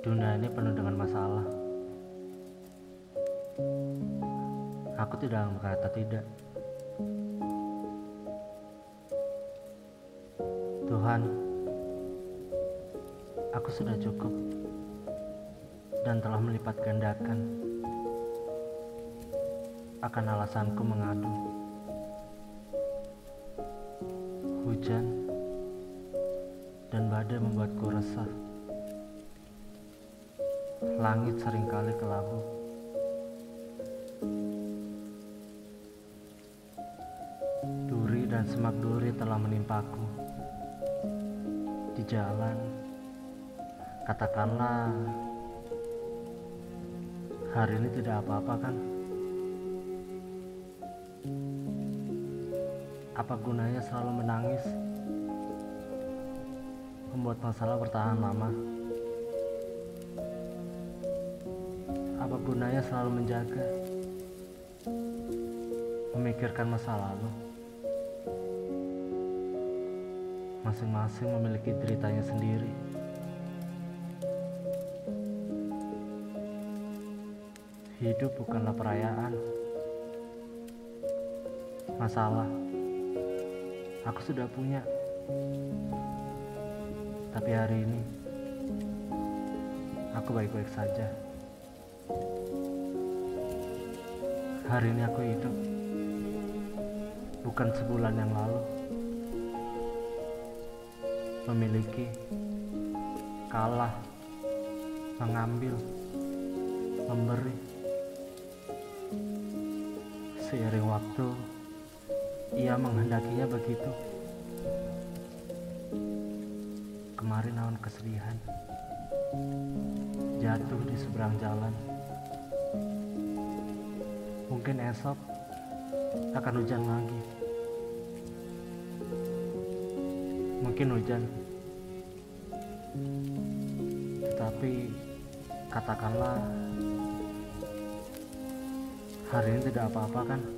Dunia ini penuh dengan masalah. Aku tidak berkata tidak. Tuhan, aku sudah cukup dan telah melipat gandakan akan alasanku mengadu. Hujan dan badai membuatku resah. Langit seringkali kelabu. Duri dan semak duri telah menimpaku. Di jalan, katakanlah hari ini tidak apa-apa kan? Apa gunanya selalu menangis? Membuat masalah bertahan lama. Apa gunanya selalu menjaga? Memikirkan masa lalu. Masing-masing memiliki deritanya sendiri. Hidup bukanlah perayaan. Masalah aku sudah punya. Tapi hari ini aku baik-baik saja. Hari ini aku hidup, bukan sebulan yang lalu. Memiliki, kalah, mengambil, memberi. Seiring waktu, ia menghendakinya begitu. Kemarin awan kesedihan jatuh di seberang jalan. Mungkin esok akan hujan lagi. Mungkin hujan, tetapi katakanlah hari ini tidak apa-apa kan?